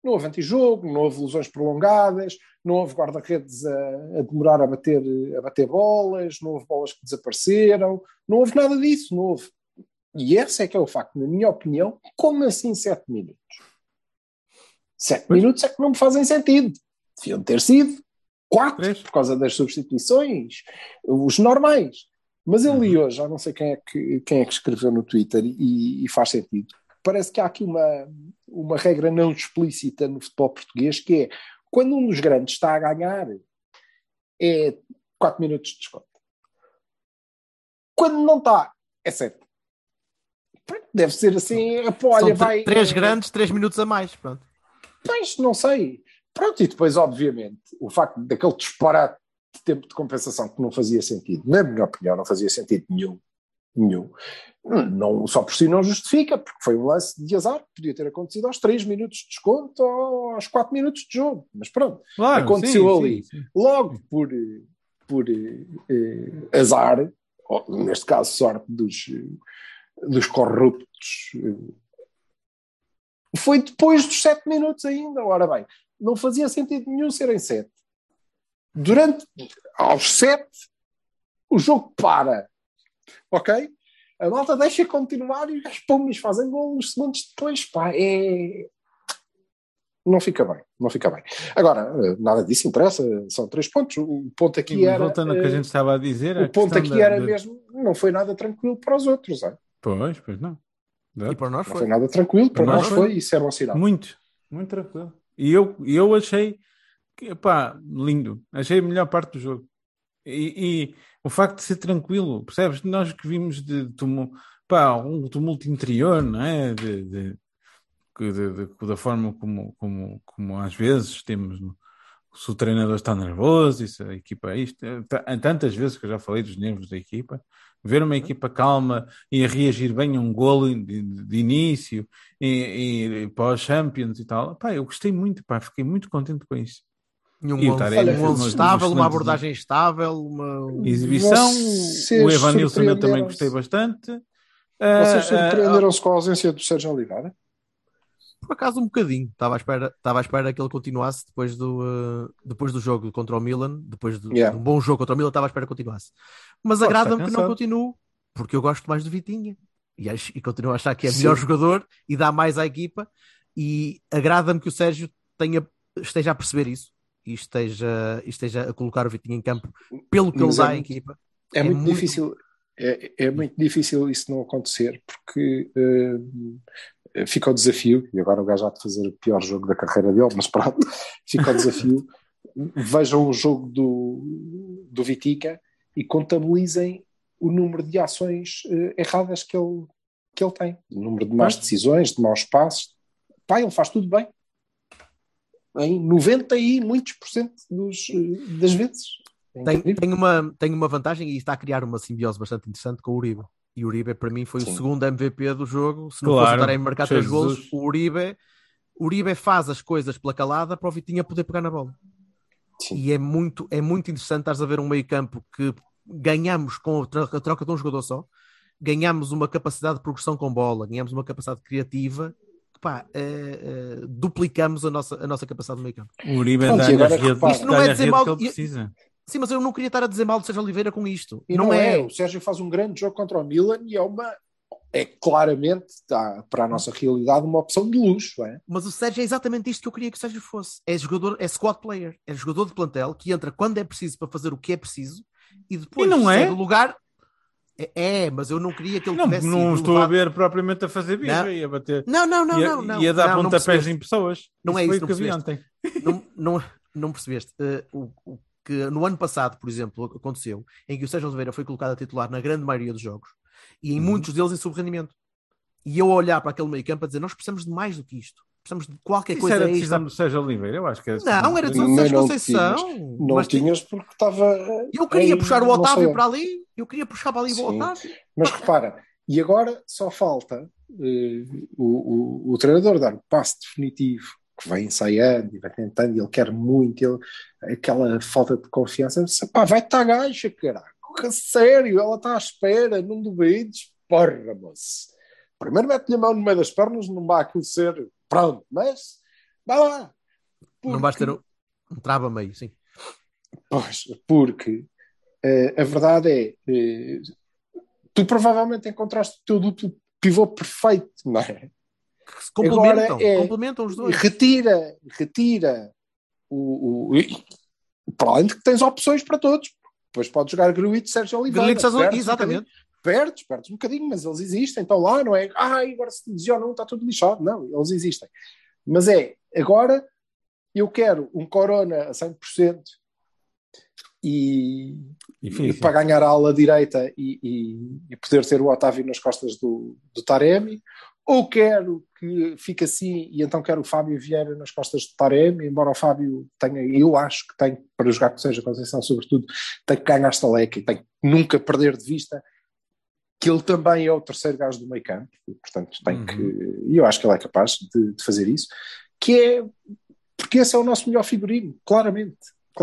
Não houve antijogo, não houve lesões prolongadas, não houve guarda-redes a demorar a bater bolas, não houve bolas que desapareceram, não houve nada disso, não houve. E esse é que é o facto, na minha opinião. Como assim 7 minutos? 7 minutos é que não me fazem sentido. Deviam ter sido 4, por causa das substituições, os normais. Mas eu li hoje, já não sei quem é que escreveu no Twitter, e faz sentido. Parece que há aqui uma regra não explícita no futebol português, que é, quando um dos grandes está a ganhar, é 4 minutos de desconto. Quando não está, é 7. Deve ser assim, olha, vai... 3 grandes, 3 minutos a mais, pronto. Pois, não sei. Pronto, e depois, obviamente, o facto daquele disparate de tempo de compensação que não fazia sentido, na minha opinião, não fazia sentido nenhum. Não, só por si não justifica, porque foi um lance de azar, podia ter acontecido aos 3 minutos de desconto ou aos 4 minutos de jogo, mas pronto, claro, aconteceu ali, sim. Logo por azar, ou, neste caso sorte dos corruptos, foi depois dos 7 minutos ainda. Ora bem, não fazia sentido nenhum serem 7. Aos 7 o jogo para, ok? A malta deixa continuar e os pomos fazem gol uns segundos depois. Pá, não fica bem. Agora, nada disso interessa, são 3 pontos. O ponto aqui sim, era... voltando ao que a gente estava a dizer... O ponto aqui era mesmo, não foi nada tranquilo para os outros. É? Pois não. E para nós foi. Não foi nada tranquilo, para nós foi, isso era um sinal. Muito tranquilo. E eu achei, lindo. Achei a melhor parte do jogo. E o facto de ser tranquilo, percebes? Nós que vimos um tumulto interior, não é? Da forma como às vezes temos, se o treinador está nervoso, e se a equipa tantas vezes que eu já falei dos nervos da equipa, ver uma equipa calma e a reagir bem a um golo de início e pós-Champions e tal, eu gostei muito, fiquei muito contente com isso. Um 11 estável, uma abordagem estável, uma exibição. O Evanilson eu também gostei bastante. Vocês surpreenderam-se com a ausência do Sérgio Oliveira? Por acaso um bocadinho. Estava à espera que ele continuasse depois do jogo contra o Milan, depois de um bom jogo contra o Milan, estava à espera que continuasse. Mas agrada-me que não continue, porque eu gosto mais do Vitinha e continuo a achar que é melhor jogador e dá mais à equipa, e agrada-me que o Sérgio esteja a perceber isso e esteja a colocar o Vitinha em campo pelo que ele dá à equipa. É muito difícil. É muito difícil isso não acontecer, porque fica o desafio, e agora o gajo há de fazer o pior jogo da carreira dele, mas pronto, fica o desafio. Vejam o jogo do Vitinha e contabilizem o número de ações erradas que ele tem, o número de más decisões, de maus passos. Ele faz tudo bem em 90 e muitos % das vezes. Tem uma vantagem, e está a criar uma simbiose bastante interessante com o Uribe. E o Uribe, para mim, foi o segundo MVP do jogo. Se não fosse estarem a marcar 3 golos, o Uribe faz as coisas pela calada para o Vitinha poder pegar na bola. Sim. E é muito interessante estares a ver um meio campo que ganhamos com a troca de um jogador só, ganhamos uma capacidade de progressão com bola, ganhamos uma capacidade criativa, duplicamos a nossa capacidade de meio campo. O Uribe dá-lhe a rede, isto não é dizer mal, que ele precisa. Sim, mas eu não queria estar a dizer mal do Sérgio Oliveira com isto. E não é. O Sérgio faz um grande jogo contra o Milan e é claramente, para a nossa realidade, uma opção de luxo. É? Mas o Sérgio é exatamente isto que eu queria que o Sérgio fosse. É jogador, é squad player, é jogador de plantel que entra quando é preciso para fazer o que é preciso e depois segue o lugar. Mas eu não queria que ele tivesse não estou a ver propriamente a fazer birra e a bater. Não. E a dar pontapés em pessoas. Não é isso que vi ontem. Não percebeste. Que no ano passado, por exemplo, aconteceu, em que o Sérgio Oliveira foi colocado a titular na grande maioria dos jogos e em muitos deles em sub-rendimento. E eu a olhar para aquele meio campo a dizer, nós precisamos de mais do que isto. Precisamos de qualquer coisa. Era decisão do Sérgio Oliveira? Eu acho que era. Não, era decisão do Sérgio Conceição. Não tinhas porque estava... Eu queria puxar o Otávio para ali. Eu queria puxar para ali o Otávio. Mas repara, e agora só falta o treinador dar o passo definitivo, que vai ensaiando e vai tentando, e ele quer muito, aquela falta de confiança, vai estar a gaja, caraca, sério, ela está à espera, não duvides, porra, moço. Primeiro mete-lhe a mão no meio das pernas, não vai aquilo ser, pronto, mas Vá lá. Não vais ter um trava meio, sim. Pois, porque a verdade é, tu provavelmente encontraste o teu duplo pivô perfeito, não é? Que se complementam, Agora complementam os dois. Retira para além de que tens opções para todos. Depois podes jogar Gruitch, Sérgio Oliveira. Exatamente. Perdes um bocadinho, mas eles existem, estão lá, não é? Agora se lesiona está tudo lixado. Não, eles existem. Mas agora eu quero um Corona a 100% e para ganhar a ala direita e poder ter o Otávio nas costas do Taremi, ou quero que fique assim e então quero o Fábio Vieira nas costas do Taremi, embora o Fábio tenha, eu acho que tem, para jogar com seja Conceição sobretudo, tem que ganhar esta leca e tem que nunca perder de vista que ele também é o terceiro gajo do meio campo, e, portanto tem que, e eu acho que ele é capaz de fazer isso, que é porque esse é o nosso melhor figurino, claramente.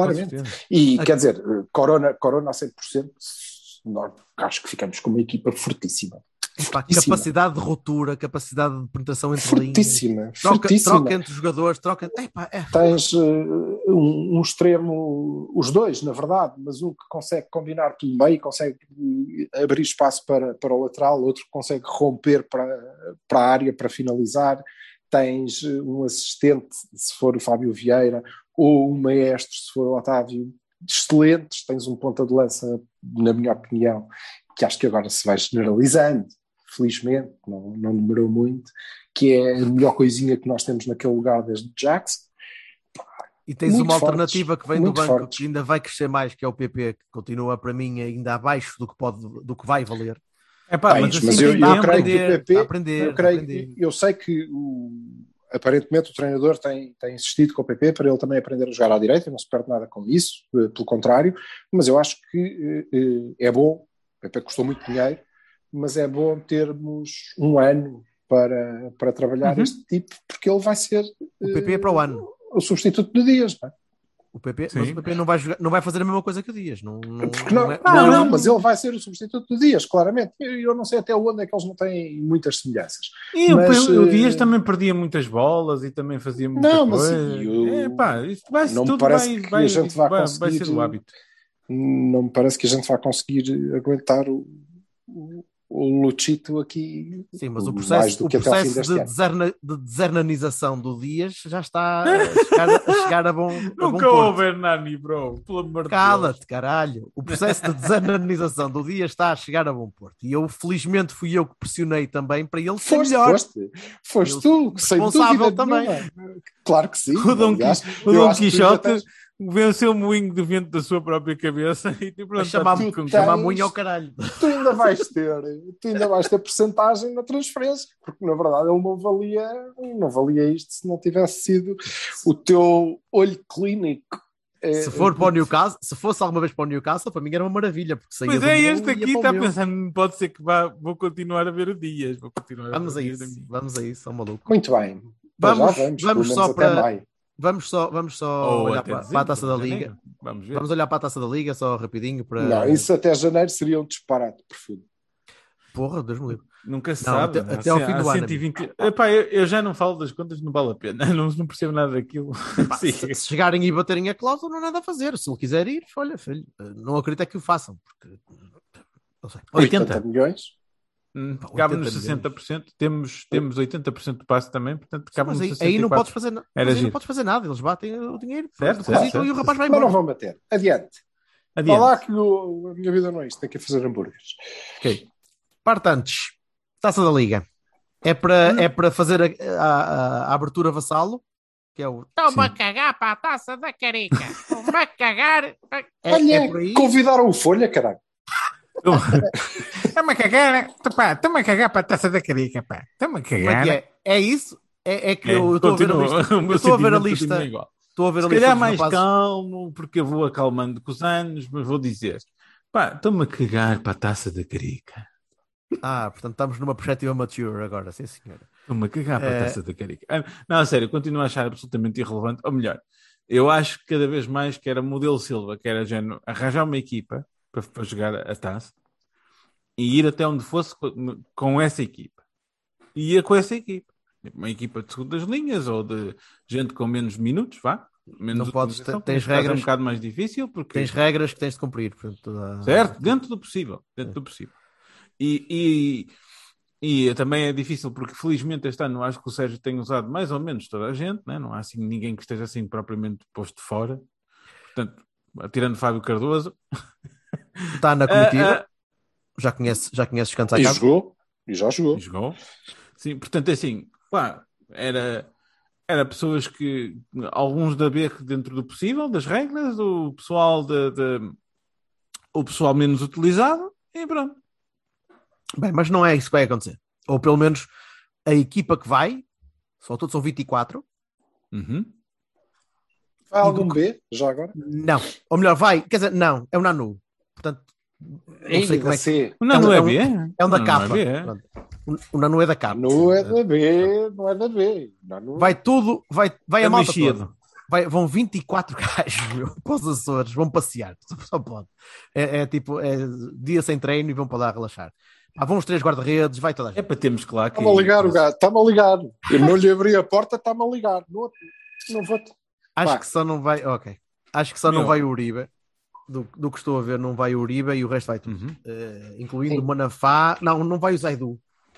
E quer dizer, Corona a 100%, nós acho que ficamos com uma equipa fortíssima. Capacidade de ruptura, capacidade de penetração entre linhas, troca entre os jogadores, Tens um extremo, os dois na verdade, mas um que consegue combinar pelo meio, consegue abrir espaço para o lateral, outro que consegue romper para a área para finalizar. Tens um assistente, se for o Fábio Vieira, ou um maestro, se for o Otávio, excelentes. Tens um ponta de lança, na minha opinião, que acho que agora se vai generalizando, felizmente, não demorou muito, que é a melhor coisinha que nós temos naquele lugar desde Jackson. E tens muito uma alternativa que vem do banco que ainda vai crescer mais, que é o PP, que continua para mim ainda abaixo do que vai valer. Mas eu creio que o PP, eu sei que aparentemente o treinador tem insistido com o PP para ele também aprender a jogar à direita, não se perde nada com isso, pelo contrário, mas eu acho que é bom, o PP custou muito dinheiro, mas é bom termos um ano para trabalhar este tipo, porque ele vai ser o PP é para o ano. O substituto do Dias, não é? Mas o PP não vai fazer a mesma coisa que o Dias. Mas ele vai ser o substituto do Dias, claramente. Eu não sei até onde é que eles não têm muitas semelhanças. O Dias também perdia muitas bolas e também fazia muita coisa. Não me parece que a gente vai conseguir, ser o hábito. Não me parece que a gente vai conseguir aguentar o Luchito aqui. Sim, mas o processo de desernanização do Dias já está a chegar a bom Nunca houve Hernani, bro. Pelo amor de Deus. Cala-te, caralho. O processo de desernanização do Dias está a chegar a bom porto. E felizmente fui eu que pressionei também para ele ser melhor. Foste tu, responsável também. Claro que sim. O Dom Quixote venceu o moinho de vento da sua própria cabeça e chamar moinho ao caralho. Tu ainda vais ter percentagem na transferência, porque na verdade ele não valia isto se não tivesse sido o teu olho clínico. Se for para o Newcastle, se fosse alguma vez para o Newcastle, para mim era uma maravilha. Porque mas este aqui está pensando, pode ser que vou continuar a ver o Dias. Vamos a isso, só maluco. Muito bem. Vamos só olhar para a Taça da Liga. Vamos olhar para a Taça da Liga só rapidinho. Não, isso até janeiro seria um disparate profundo. Porra, Deus me livre. Nunca se sabe. Até ao fim do ano. 120... eu já não falo das contas, não vale a pena. Não percebo nada daquilo. Se chegarem e baterem a cláusula, não há nada a fazer. Se ele quiser ir, olha, filho, não acredito é que o façam. Porque, não sei. 80 milhões? Cabe-nos 60%, temos 80% do passe também, portanto cabe-nos 64%. Aí não podes fazer nada. Não podes fazer nada, eles batem o dinheiro, certo. E o rapaz vai embora. Mas não vão bater. Adiante. Vá lá que a minha vida não é isto, tem que fazer hambúrgueres. Ok. Partantes, Taça da Liga. É para fazer a abertura vassalo, que é o toma a cagar para a Taça da Carica. Toma a cagar. Olha, convidaram o Folha, caralho. Toma a cagar para a Taça da Carica, pá. Toma a cagar. É isso? É que eu estou a ver a lista. Estou a ver a lista. Se calhar mais calmo, porque eu vou acalmando com os anos, mas vou dizer, toma a cagar para a Taça da Carica. Portanto estamos numa perspectiva mature agora, sim senhora. Toma a cagar para a Taça da Carica. Não, sério, continuo a achar absolutamente irrelevante. Ou melhor, eu acho que cada vez mais que era modelo Silva, que era género, arranjar uma equipa para jogar a taça e ir até onde fosse com essa equipa. E ia com essa equipa. Uma equipa de segundas linhas ou de gente com menos minutos, vá. Menos Não podes, utilização, tens neste caso regras, é um bocado mais difícil porque tens regras que tens de cumprir. Portanto, certo, dentro do possível, e também é difícil porque felizmente este ano acho que o Sérgio tem usado mais ou menos toda a gente, né? Não há assim ninguém que esteja assim propriamente posto fora, portanto, tirando Fábio Cardoso, está na comitiva, já conhece os cantos à E casa. jogou, e já jogou. jogou. Sim, portanto é assim, pá, era pessoas que, alguns da B dentro do possível, das regras, o pessoal o pessoal menos utilizado e pronto. Bem, mas não é isso que vai acontecer. Ou pelo menos a equipa que vai, só todos são 24. Uhum. Vai E algum do B, já agora? Não. Ou melhor, vai, quer dizer, não, é o Nanu. Portanto, não sei como é que... C. O Nano é um- B? É um da Não, capa. não é B, é. Pronto. O Nanu é da capa. Não é da B, não é da B. Não. Vai tudo, vai É a malta mexido. toda. Vão 24 gajos, meu, para os Açores, vão passear, só pode. É tipo, é dia sem treino e vão para lá relaxar. Vão os 3 guarda-redes, vai toda a É gente. para termos claro que... Está-me a ligar o gato, está-me a ligar. Eu não lhe abri a porta, está-me a ligar. Não vou. Acho Vai. que só não vai, ok. Acho que só não Meu. vai o Uribe. Do que estou a ver, não vai o Uribe e o resto vai tudo. Uhum. Incluindo Sim. o Manafá. Não vai o Zaidu.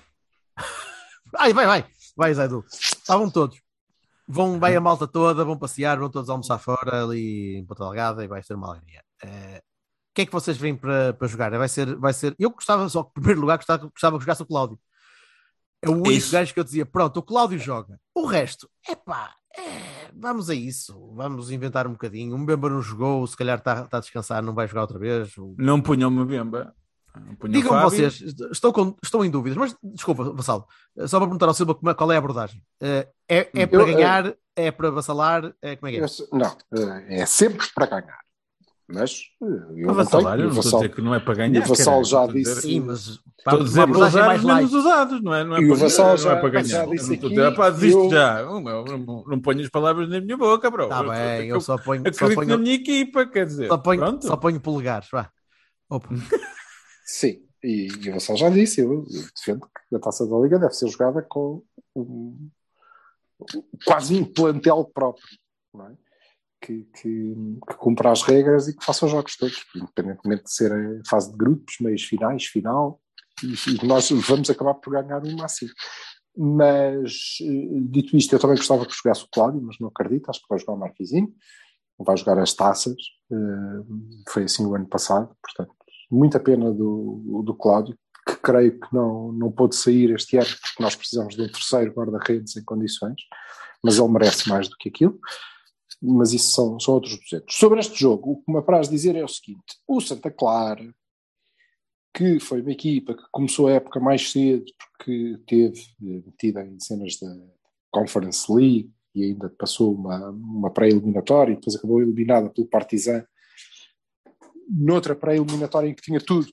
Vai o Zaidu. Estavam todos. Vai a malta toda, vão passear, vão todos almoçar fora ali em Ponta Delgada e vai ser uma alegria. O que é que vocês vêm para jogar? Vai ser. Eu gostava só que, em primeiro lugar, gostava que jogasse o Cláudio. É o único Isso. gajo que eu dizia: pronto, o Cláudio joga. O resto, vamos a isso. Vamos inventar um bocadinho. O Mbemba não jogou, se calhar está a descansar, não vai jogar outra vez. Não punham uma bemba. Digam-me vocês, estou em dúvidas, mas desculpa, Vassalo, só para perguntar ao Silva qual é a abordagem. É para ganhar, é para vassalar, como é que é? Não, é sempre para ganhar. Mas eu Para não vassalar, tenho. eu não estou a dizer que não é para ganhar. o Vassal caralho, já estou a dizer- disse. Sim, mas Estou a dizer uma para abordagem usar mais os light. menos usados, não é? Não é E o para, Vassal não é já para ganhar. disse Eu não estou a aqui, dizer, pá, desiste eu- já. Não ponho as palavras na minha boca, bro. Está bem, eu só ponho, Acredito na minha equipa, quer dizer. Pronto. só ponho polegares, vá. Opa. Sim, e o Vassal já disse. Eu defendo que a Taça da Liga deve ser jogada com quase um plantel próprio, não é? Que cumpra as regras e que faça os jogos todos, independentemente de ser a fase de grupos, meios finais, final, e nós vamos acabar por ganhar um máximo. Mas, dito isto, eu também gostava que jogasse o Cláudio, mas não acredito, acho que vai jogar o Marquezinho, vai jogar as taças, foi assim o ano passado, portanto, muita pena do Cláudio, que creio que não pôde sair este ano, porque nós precisamos de um terceiro guarda-redes em condições, mas ele merece mais do que aquilo. Mas isso são outros 200. Sobre este jogo, o que me apraz dizer é o seguinte: o Santa Clara, que foi uma equipa que começou a época mais cedo, porque teve metida em cenas da Conference League e ainda passou uma pré-eliminatória e depois acabou eliminada pelo Partizan noutra pré-eliminatória em que tinha tudo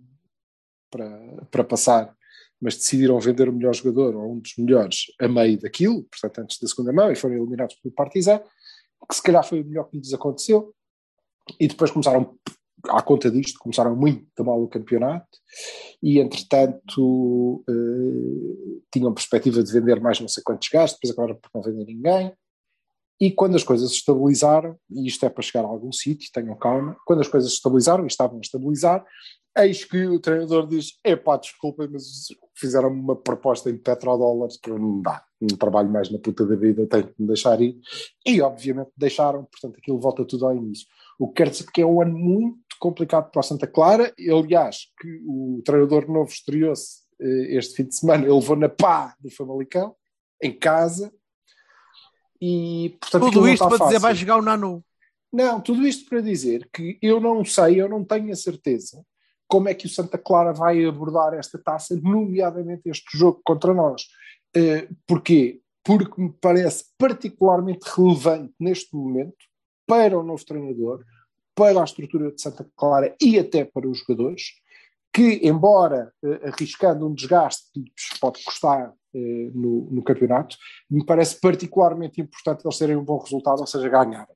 para passar, mas decidiram vender o melhor jogador ou um dos melhores a meio daquilo, portanto antes da segunda mão, e foram eliminados pelo Partizan, que se calhar foi o melhor que lhes aconteceu, e depois começaram, à conta disto, começaram muito mal o campeonato, e entretanto tinham perspectiva de vender mais não sei quantos gajos, depois acabaram por não vender ninguém, e quando as coisas se estabilizaram, e isto é para chegar a algum sítio, tenham calma, quando as coisas se estabilizaram, e estavam a estabilizar, eis que o treinador diz: epá, desculpem, mas fizeram uma proposta em petrodólares que eu não dá, não trabalho mais na puta da vida, tenho que me deixar ir, e obviamente deixaram, portanto aquilo volta tudo ao início. O que quer dizer que é um ano muito complicado para o Santa Clara, aliás, que o treinador novo estreou-se este fim de semana, ele levou na pá do Famalicão, em casa, e portanto Tudo isto para fácil. dizer vai jogar o Nanu. Não, tudo isto para dizer que eu não sei, eu não tenho a certeza como é que o Santa Clara vai abordar esta taça, nomeadamente este jogo contra nós. Porquê? Porque me parece particularmente relevante neste momento para o novo treinador, para a estrutura de Santa Clara e até para os jogadores, que embora arriscando um desgaste que lhes pode custar no campeonato, me parece particularmente importante eles terem um bom resultado, ou seja, ganharem.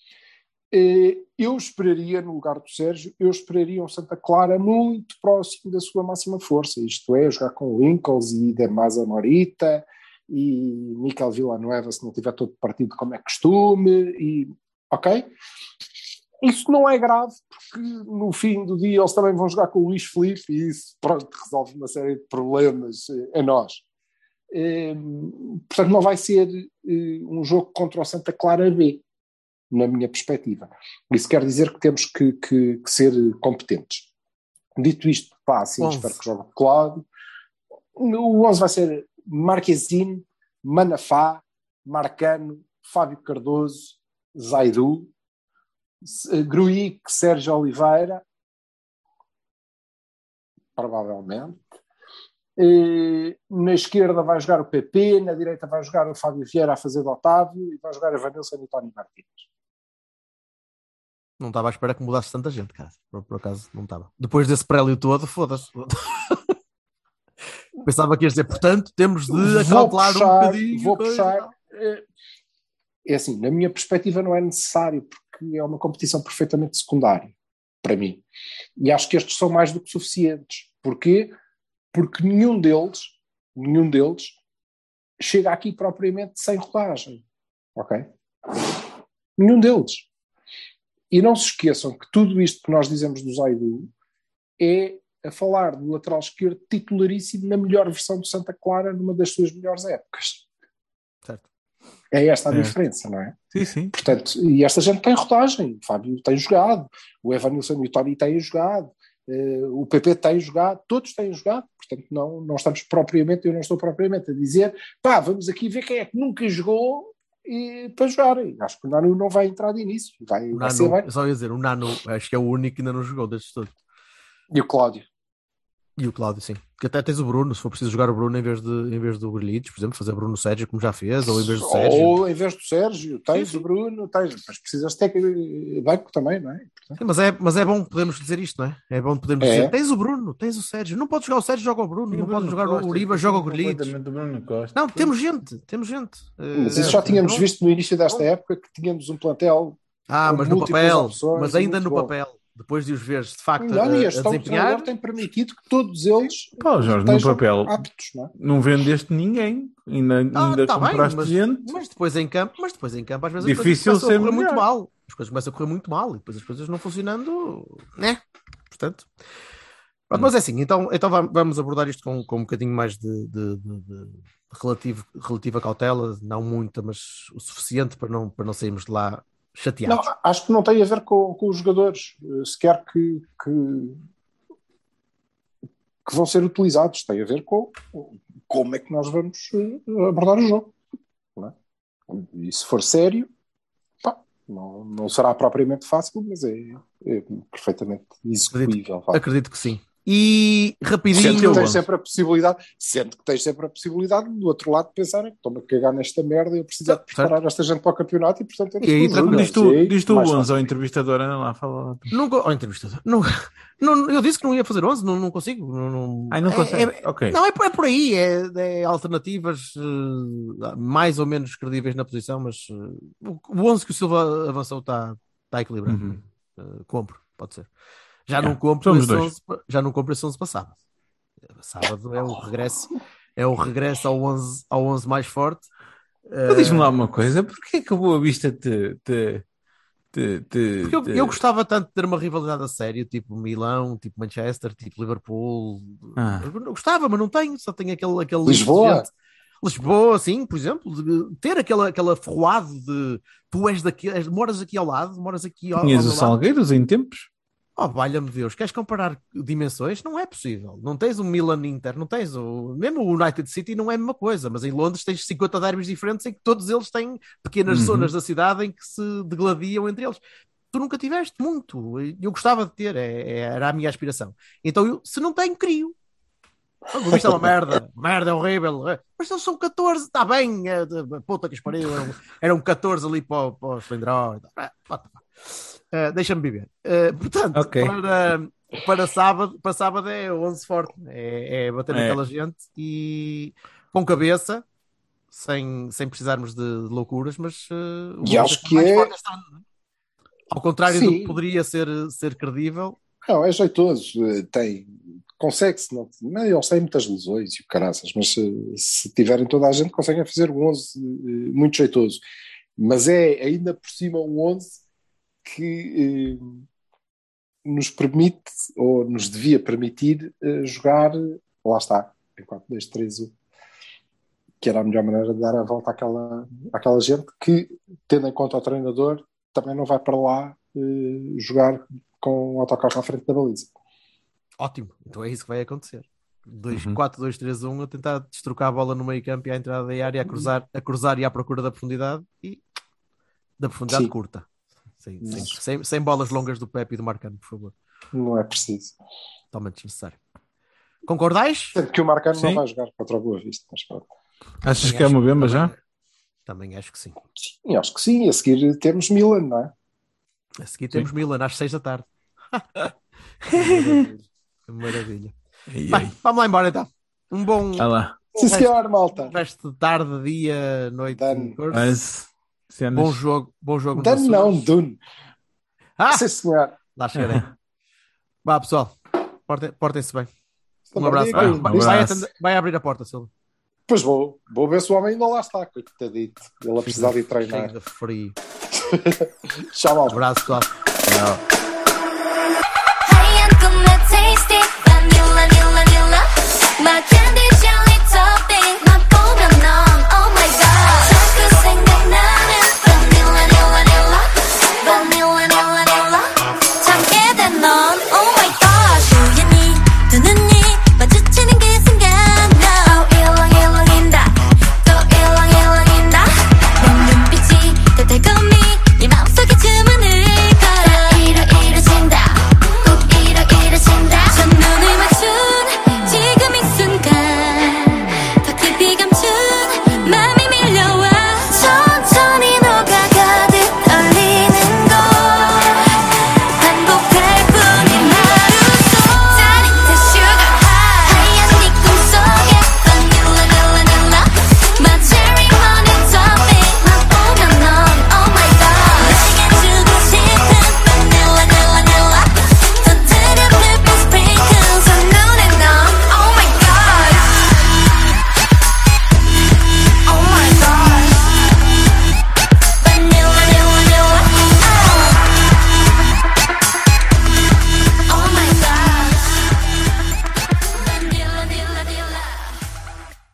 Eu esperaria, no lugar do Sérgio, eu esperaria um Santa Clara muito próximo da sua máxima força, isto é, jogar com o Lincoln e Demasa Morita e Mikel Villanueva, se não tiver todo partido como é costume, e ok? Isso não é grave, porque no fim do dia eles também vão jogar com o Luís Filipe e isso, pronto, resolve uma série de problemas a nós. Portanto, não vai ser um jogo contra o Santa Clara B, na minha perspectiva. Isso quer dizer que temos que ser competentes. Dito isto, pá, sim, espero que jogue o Cláudio. O 11 vai ser Marquezine, Manafá, Marcano, Fábio Cardoso, Zaidu, Gruic, Sérgio Oliveira, provavelmente. Na esquerda vai jogar o PP, na direita vai jogar o Fábio Vieira a fazer de Otávio e vai jogar a Vanilson e Tony Martins. Não estava à espera que mudasse tanta gente, cara. Por acaso, não estava. Depois desse prélio todo, foda-se. Pensava que ia dizer, portanto, temos de acautelar um bocadinho. Vou puxar. É assim, na minha perspectiva não é necessário, porque é uma competição perfeitamente secundária, para mim. E acho que estes são mais do que suficientes. Porquê? Porque nenhum deles chega aqui propriamente sem rodagem. Ok? Nenhum deles. E não se esqueçam que tudo isto que nós dizemos do Zaidu é a falar do lateral esquerdo titularíssimo na melhor versão do Santa Clara numa das suas melhores épocas. Certo. É esta a diferença, não é? Sim, sim. Portanto, e esta gente tem rodagem. O Fábio tem jogado, o Evanilson e o Tony têm jogado, o PP tem jogado, todos têm jogado. Portanto, não estamos propriamente, eu não estou propriamente a dizer, pá, vamos aqui ver quem é que nunca jogou para jogar. Acho que o Nano não vai entrar de início. Vai ser bem. Eu só ia dizer, o Nano acho que é o único que ainda não jogou destes todos. E o Cláudio. E o Cláudio, sim. Que até tens o Bruno, se for preciso jogar o Bruno em vez do Grilhitos, por exemplo, fazer Bruno Sérgio como já fez, ou em vez do Sérgio. Ou em vez do Sérgio, tens sim. O Bruno, mas precisas ter banco também, não é? Sim, mas é bom podermos dizer isto, não é? É bom podermos dizer, tens o Bruno, tens o Sérgio, não podes jogar o Sérgio, joga o Bruno, sim, não podes jogar o Uribe, joga o Grilhitos. Não, temos gente. Mas isso já tínhamos visto no início desta época, que tínhamos um plantel mas no papel, mas ainda no papel. Depois de os veres de facto a desempenhar, tem permitido que todos eles Jorge, no papel aptos, não vendeste ninguém, ainda compraste bem, gente. Mas depois em campo às vezes difícil as coisas ser muito mal. As coisas começam a correr muito mal e depois as coisas não funcionando, né? Portanto, pronto, mas é assim, então vamos abordar isto com um bocadinho mais de relativa cautela, não muita, mas o suficiente para não sairmos de lá chateados. Não, acho que não tem a ver com os jogadores, sequer que vão ser utilizados, tem a ver com como é que nós vamos abordar o jogo. Não é? E se for sério, não será propriamente fácil, mas é perfeitamente execuível. Acredito que sim. E rapidinho. Sendo que tens sempre a possibilidade do outro lado de pensar, estou-me a cagar nesta merda, eu preciso de preparar esta gente para o campeonato e portanto diz tu o 11 ao entrevistador, anda lá, fala. Ao entrevistador. Eu disse que não ia fazer 11, não consigo. Não consegue. Okay. Não, é por aí, é alternativas mais ou menos credíveis na posição, mas o 11 que o Silva avançou está equilibrado. Compro, pode ser. Já não compro esse 11 para sábado. Sábado é o regresso ao 11 mais forte. Diz-me lá uma coisa, porquê que a Boa Vista Porque eu gostava tanto de ter uma rivalidade a sério, tipo Milão, tipo Manchester, tipo Liverpool. Eu gostava, mas não tenho, só tenho aquele Lisboa, sim, por exemplo, de ter aquela ferroado de tu és daqui, moras aqui ao lado, moras aqui ao Tinhas o Salgueiros em tempos? Oh, valha-me Deus, queres comparar dimensões? Não é possível. Não tens o Milan Inter, não tens mesmo o United City não é a mesma coisa, mas em Londres tens 50 derbys diferentes em que todos eles têm pequenas zonas da cidade em que se degladiam entre eles. Tu nunca tiveste muito. Eu gostava de ter, era a minha aspiração. Então, se não tenho, crio. Isto é uma merda, é horrível. Mas eles são 14, está bem, puta que os pariu, eram 14 ali para o Slendró. Deixa-me viver. Portanto, okay. para sábado é 11 forte, é bater naquela gente e com cabeça, sem precisarmos de loucuras, mas e acho que é ao contrário do que poderia ser credível. Não, é jeitoso, tem consegue-se, não, eles têm muitas lesões e o caraças, mas se tiverem toda a gente conseguem fazer um 11 muito jeitoso, mas é ainda por cima um 11 que nos permite, ou nos devia permitir jogar, lá está, em 4-2-3-1, que era a melhor maneira de dar a volta àquela gente que, tendo em conta o treinador, também não vai para lá jogar com o autocarro à frente da baliza. Ótimo, então é isso que vai acontecer. 4-2-3-1 a tentar destrocar a bola no meio campo e à entrada da área, a cruzar e à procura da profundidade Sim. curta. Sem bolas longas do Pepe e do Marcano, por favor. Não é preciso. Totalmente desnecessário. Concordais? Sendo que o Marcano Sim. não vai jogar contra o Boa Vista, mas pronto. Achas que é uma bemba já? Também acho que sim. Sim, acho que sim. A seguir temos Milan, não é? A seguir temos Milan às 6 da tarde. Maravilha. Bem, vamos lá embora então. Um bom Sim, senhor, malta. resto de tarde, dia, noite. Bom jogo. Dan não, Dune. Sim, senhor. Lá chegarei. Vá, pessoal. Portem-se bem. Um abraço. Vai abrir a porta, Silva. Pois vou ver se o homem ainda lá está, coitadito. Ele a precisar de treinar. Cheio de frio. Tchau, malta. Um abraço, pessoal. Tchau.